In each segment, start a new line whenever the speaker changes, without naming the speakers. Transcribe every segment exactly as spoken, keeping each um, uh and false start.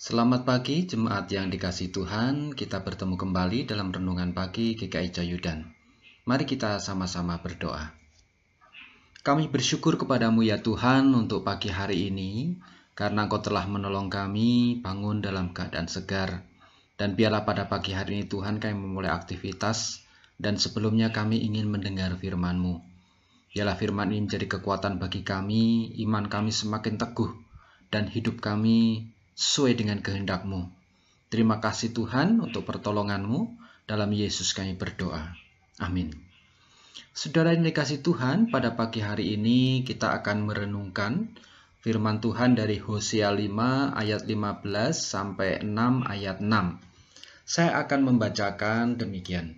Selamat pagi jemaat yang dikasihi Tuhan, kita bertemu kembali dalam Renungan Pagi G K I Jayudan. Mari kita sama-sama berdoa. Kami bersyukur kepadamu ya Tuhan untuk pagi hari ini, karena Engkau telah menolong kami bangun dalam keadaan segar. Dan biarlah pada pagi hari ini Tuhan kami memulai aktivitas, dan sebelumnya kami ingin mendengar firman-Mu. Biarlah firman ini menjadi kekuatan bagi kami, iman kami semakin teguh, dan hidup kami sesuai dengan kehendak-Mu. Terima kasih Tuhan untuk pertolongan-Mu. Dalam Yesus kami berdoa. Amin. Saudara yang dikasihi Tuhan, pada pagi hari ini kita akan merenungkan firman Tuhan dari Hosea lima ayat lima belas sampai enam ayat enam. Saya akan membacakan demikian.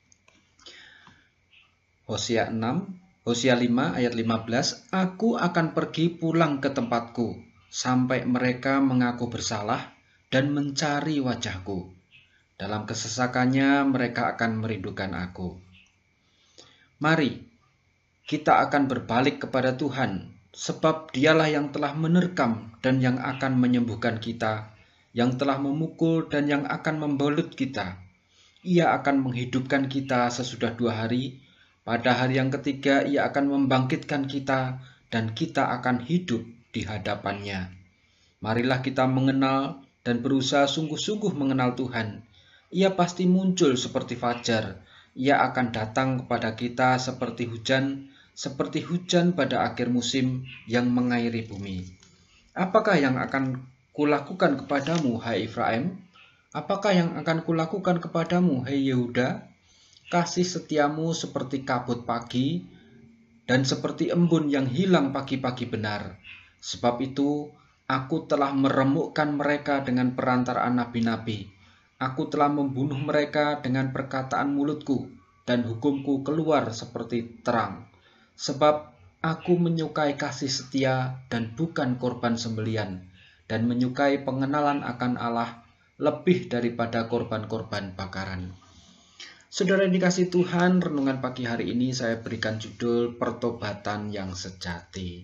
Hosea enam, Hosea lima ayat lima belas, Aku akan pergi pulang ke tempatku, sampai mereka mengaku bersalah dan mencari wajahku. Dalam kesesakannya mereka akan merindukan aku. Mari, kita akan berbalik kepada Tuhan, sebab Dialah yang telah menerkam dan yang akan menyembuhkan kita, yang telah memukul dan yang akan membalut kita. Ia akan menghidupkan kita sesudah dua hari, pada hari yang ketiga Ia akan membangkitkan kita, dan kita akan hidup di hadapannya. Marilah kita mengenal dan berusaha sungguh-sungguh mengenal Tuhan. Ia pasti muncul seperti fajar. Ia akan datang kepada kita seperti hujan, seperti hujan pada akhir musim yang mengairi bumi. Apakah yang akan kulakukan kepadamu, hai Efraim? Apakah yang akan kulakukan kepadamu, hai Yehuda? Kasih setiamu seperti kabut pagi, dan seperti embun yang hilang pagi-pagi benar. Sebab itu, aku telah meremukkan mereka dengan perantaraan nabi-nabi. Aku telah membunuh mereka dengan perkataan mulutku, dan hukumku keluar seperti terang. Sebab aku menyukai kasih setia dan bukan korban sembelian, dan menyukai pengenalan akan Allah lebih daripada korban-korban bakaran. Saudara yang dikasihi Tuhan, renungan pagi hari ini saya berikan judul Pertobatan yang Sejati.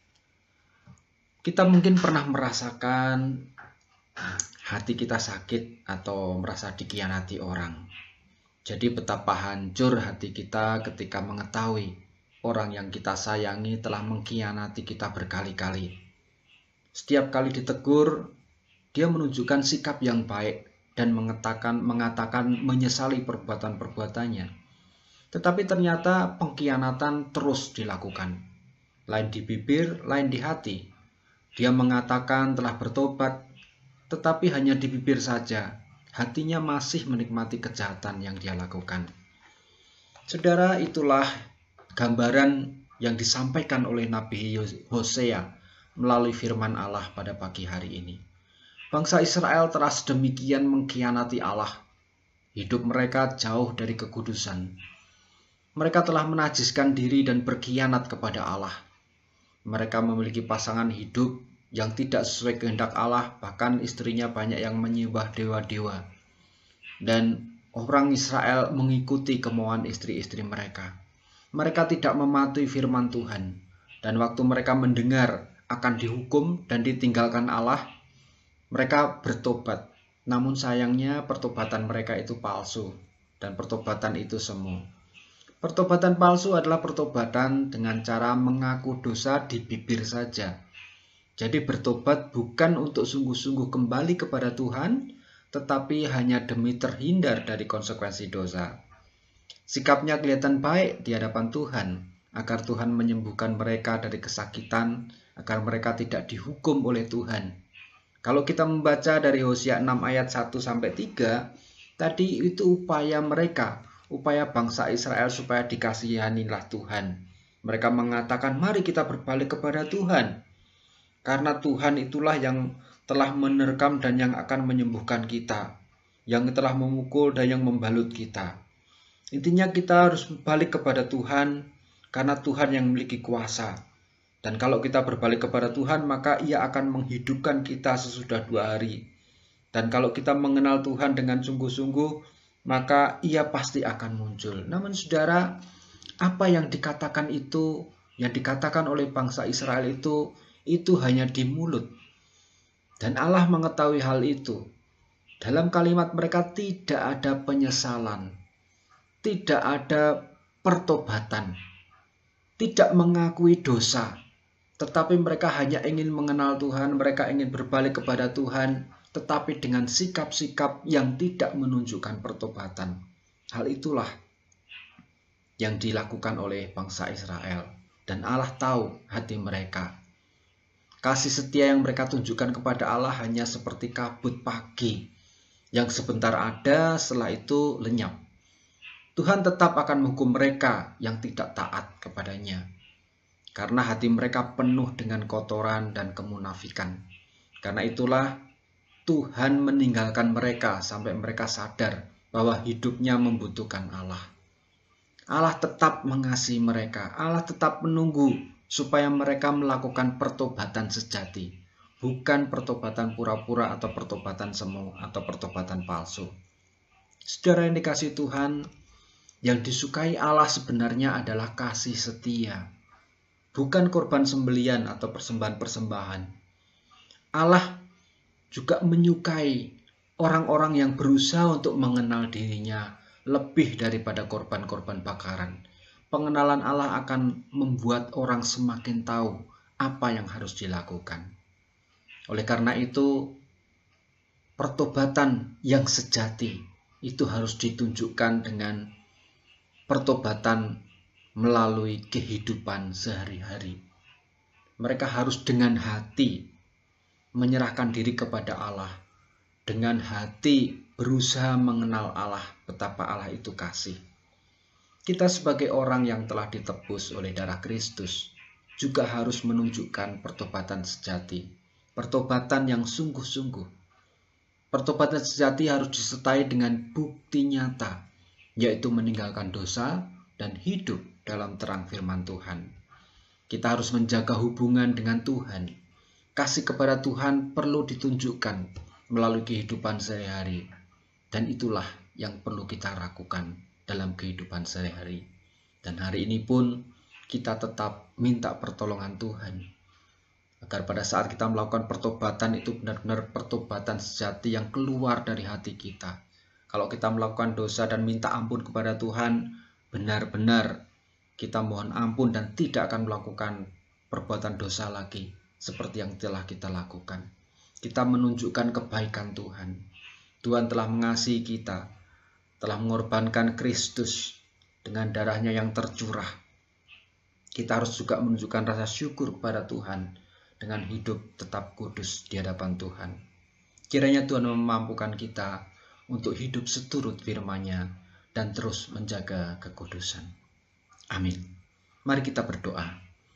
Kita mungkin pernah merasakan hati kita sakit atau merasa dikhianati orang. Jadi betapa hancur hati kita ketika mengetahui orang yang kita sayangi telah mengkhianati kita berkali-kali. Setiap kali ditegur, dia menunjukkan sikap yang baik dan mengatakan, mengatakan menyesali perbuatan-perbuatannya. Tetapi ternyata pengkhianatan terus dilakukan. Lain di bibir, lain di hati. Dia mengatakan telah bertobat, tetapi hanya di bibir saja. Hatinya masih menikmati kejahatan yang dia lakukan. Saudara, itulah gambaran yang disampaikan oleh Nabi Hosea melalui firman Allah pada pagi hari ini. Bangsa Israel telah sedemikian mengkhianati Allah. Hidup mereka jauh dari kekudusan. Mereka telah menajiskan diri dan berkhianat kepada Allah. Mereka memiliki pasangan hidup yang tidak sesuai kehendak Allah, bahkan istrinya banyak yang menyembah dewa-dewa. Dan orang Israel mengikuti kemauan istri-istri mereka. Mereka tidak mematuhi firman Tuhan. Dan waktu mereka mendengar akan dihukum dan ditinggalkan Allah, mereka bertobat. Namun sayangnya pertobatan mereka itu palsu. Dan pertobatan itu semu. Pertobatan palsu adalah pertobatan dengan cara mengaku dosa di bibir saja. Jadi bertobat bukan untuk sungguh-sungguh kembali kepada Tuhan, tetapi hanya demi terhindar dari konsekuensi dosa. Sikapnya kelihatan baik di hadapan Tuhan, agar Tuhan menyembuhkan mereka dari kesakitan, agar mereka tidak dihukum oleh Tuhan. Kalau kita membaca dari Hosea enam ayat satu sampai tiga, tadi itu upaya mereka, upaya bangsa Israel supaya dikasihanilah Tuhan. Mereka mengatakan, mari kita berbalik kepada Tuhan. Karena Tuhan itulah yang telah menerkam dan yang akan menyembuhkan kita, yang telah memukul dan yang membalut kita. Intinya kita harus balik kepada Tuhan, karena Tuhan yang memiliki kuasa. Dan kalau kita berbalik kepada Tuhan, maka Ia akan menghidupkan kita sesudah dua hari. Dan kalau kita mengenal Tuhan dengan sungguh-sungguh, maka Ia pasti akan muncul. Namun saudara, apa yang dikatakan itu, yang dikatakan oleh bangsa Israel itu, itu hanya di mulut. Dan Allah mengetahui hal itu. Dalam kalimat mereka tidak ada penyesalan, tidak ada pertobatan, tidak mengakui dosa, tetapi mereka hanya ingin mengenal Tuhan, mereka ingin berbalik kepada Tuhan, tetapi dengan sikap-sikap yang tidak menunjukkan pertobatan. Hal itulah yang dilakukan oleh bangsa Israel, dan Allah tahu hati mereka. Kasih setia yang mereka tunjukkan kepada Allah hanya seperti kabut pagi yang sebentar ada, setelah itu lenyap. Tuhan tetap akan menghukum mereka yang tidak taat kepadanya, karena hati mereka penuh dengan kotoran dan kemunafikan. Karena itulah Tuhan meninggalkan mereka sampai mereka sadar bahwa hidupnya membutuhkan Allah. Allah tetap mengasihi mereka, Allah tetap menunggu supaya mereka melakukan pertobatan sejati, bukan pertobatan pura-pura atau pertobatan semu atau pertobatan palsu. Saudara yang dikasihi Tuhan, yang disukai Allah sebenarnya adalah kasih setia, bukan korban sembelian atau persembahan-persembahan. Allah juga menyukai orang-orang yang berusaha untuk mengenal dirinya lebih daripada korban-korban bakaran. Pengenalan Allah akan membuat orang semakin tahu apa yang harus dilakukan. Oleh karena itu, pertobatan yang sejati itu harus ditunjukkan dengan pertobatan melalui kehidupan sehari-hari. Mereka harus dengan hati menyerahkan diri kepada Allah, dengan hati berusaha mengenal Allah, betapa Allah itu kasih. Kita sebagai orang yang telah ditebus oleh darah Kristus juga harus menunjukkan pertobatan sejati, pertobatan yang sungguh-sungguh. Pertobatan sejati harus disertai dengan bukti nyata, yaitu meninggalkan dosa dan hidup dalam terang firman Tuhan. Kita harus menjaga hubungan dengan Tuhan. Kasih kepada Tuhan perlu ditunjukkan melalui kehidupan sehari-hari, dan itulah yang perlu kita lakukan dalam kehidupan sehari-hari. Dan hari ini pun kita tetap minta pertolongan Tuhan, agar pada saat kita melakukan pertobatan itu benar-benar pertobatan sejati yang keluar dari hati kita. Kalau kita melakukan dosa dan minta ampun kepada Tuhan, benar-benar kita mohon ampun dan tidak akan melakukan perbuatan dosa lagi seperti yang telah kita lakukan. Kita menunjukkan kebaikan Tuhan. Tuhan telah mengasihi kita, telah mengorbankan Kristus dengan darahnya yang tercurah. Kita harus juga menunjukkan rasa syukur kepada Tuhan dengan hidup tetap kudus di hadapan Tuhan. Kiranya Tuhan memampukan kita untuk hidup seturut firman-Nya dan terus menjaga kekudusan. Amin. Mari kita berdoa.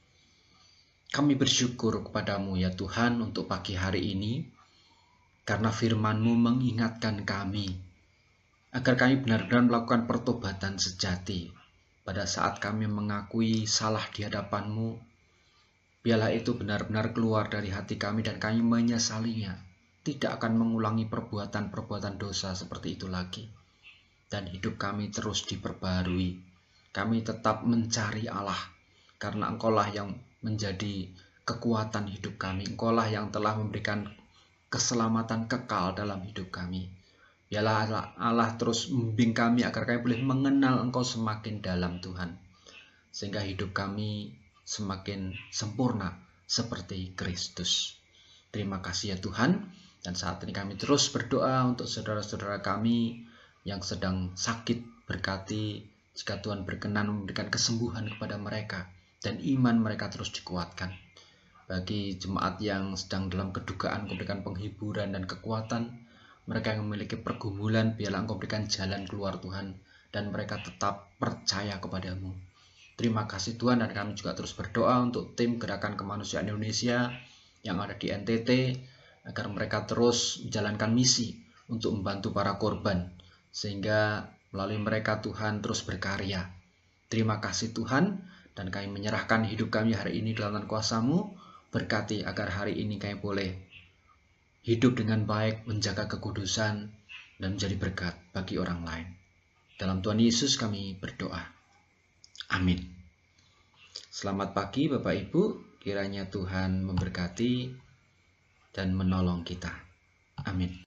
Kami bersyukur kepadamu ya Tuhan untuk pagi hari ini, karena firman-Mu mengingatkan kami agar kami benar-benar melakukan pertobatan sejati pada saat kami mengakui salah di hadapan-Mu. Biarlah itu benar-benar keluar dari hati kami dan kami menyesalinya, tidak akan mengulangi perbuatan-perbuatan dosa seperti itu lagi. Dan hidup kami terus diperbarui. Kami tetap mencari Allah, karena Engkau-lah yang menjadi kekuatan hidup kami. Engkau-lah yang telah memberikan keselamatan kekal dalam hidup kami. Biarlah Allah, Allah terus membimbing kami agar kami boleh mengenal Engkau semakin dalam Tuhan, sehingga hidup kami semakin sempurna seperti Kristus. Terima kasih ya Tuhan. Dan saat ini kami terus berdoa untuk saudara-saudara kami yang sedang sakit. Berkati jika Tuhan berkenan memberikan kesembuhan kepada mereka dan iman mereka terus dikuatkan. Bagi jemaat yang sedang dalam kedukaan, Engkau berikan penghiburan dan kekuatan. Mereka yang memiliki pergumulan, biarlah Engkau berikan jalan keluar Tuhan, dan mereka tetap percaya kepadamu. Terima kasih Tuhan, dan kami juga terus berdoa untuk tim Gerakan Kemanusiaan Indonesia yang ada di N T T, agar mereka terus menjalankan misi untuk membantu para korban, sehingga melalui mereka Tuhan terus berkarya. Terima kasih Tuhan, dan kami menyerahkan hidup kami hari ini dalam tangan kuasa-Mu. Berkati agar hari ini kami boleh hidup dengan baik, menjaga kekudusan, dan menjadi berkat bagi orang lain. Dalam Tuhan Yesus kami berdoa. Amin. Selamat pagi Bapak Ibu, kiranya Tuhan memberkati. dan menolong kita. Amin.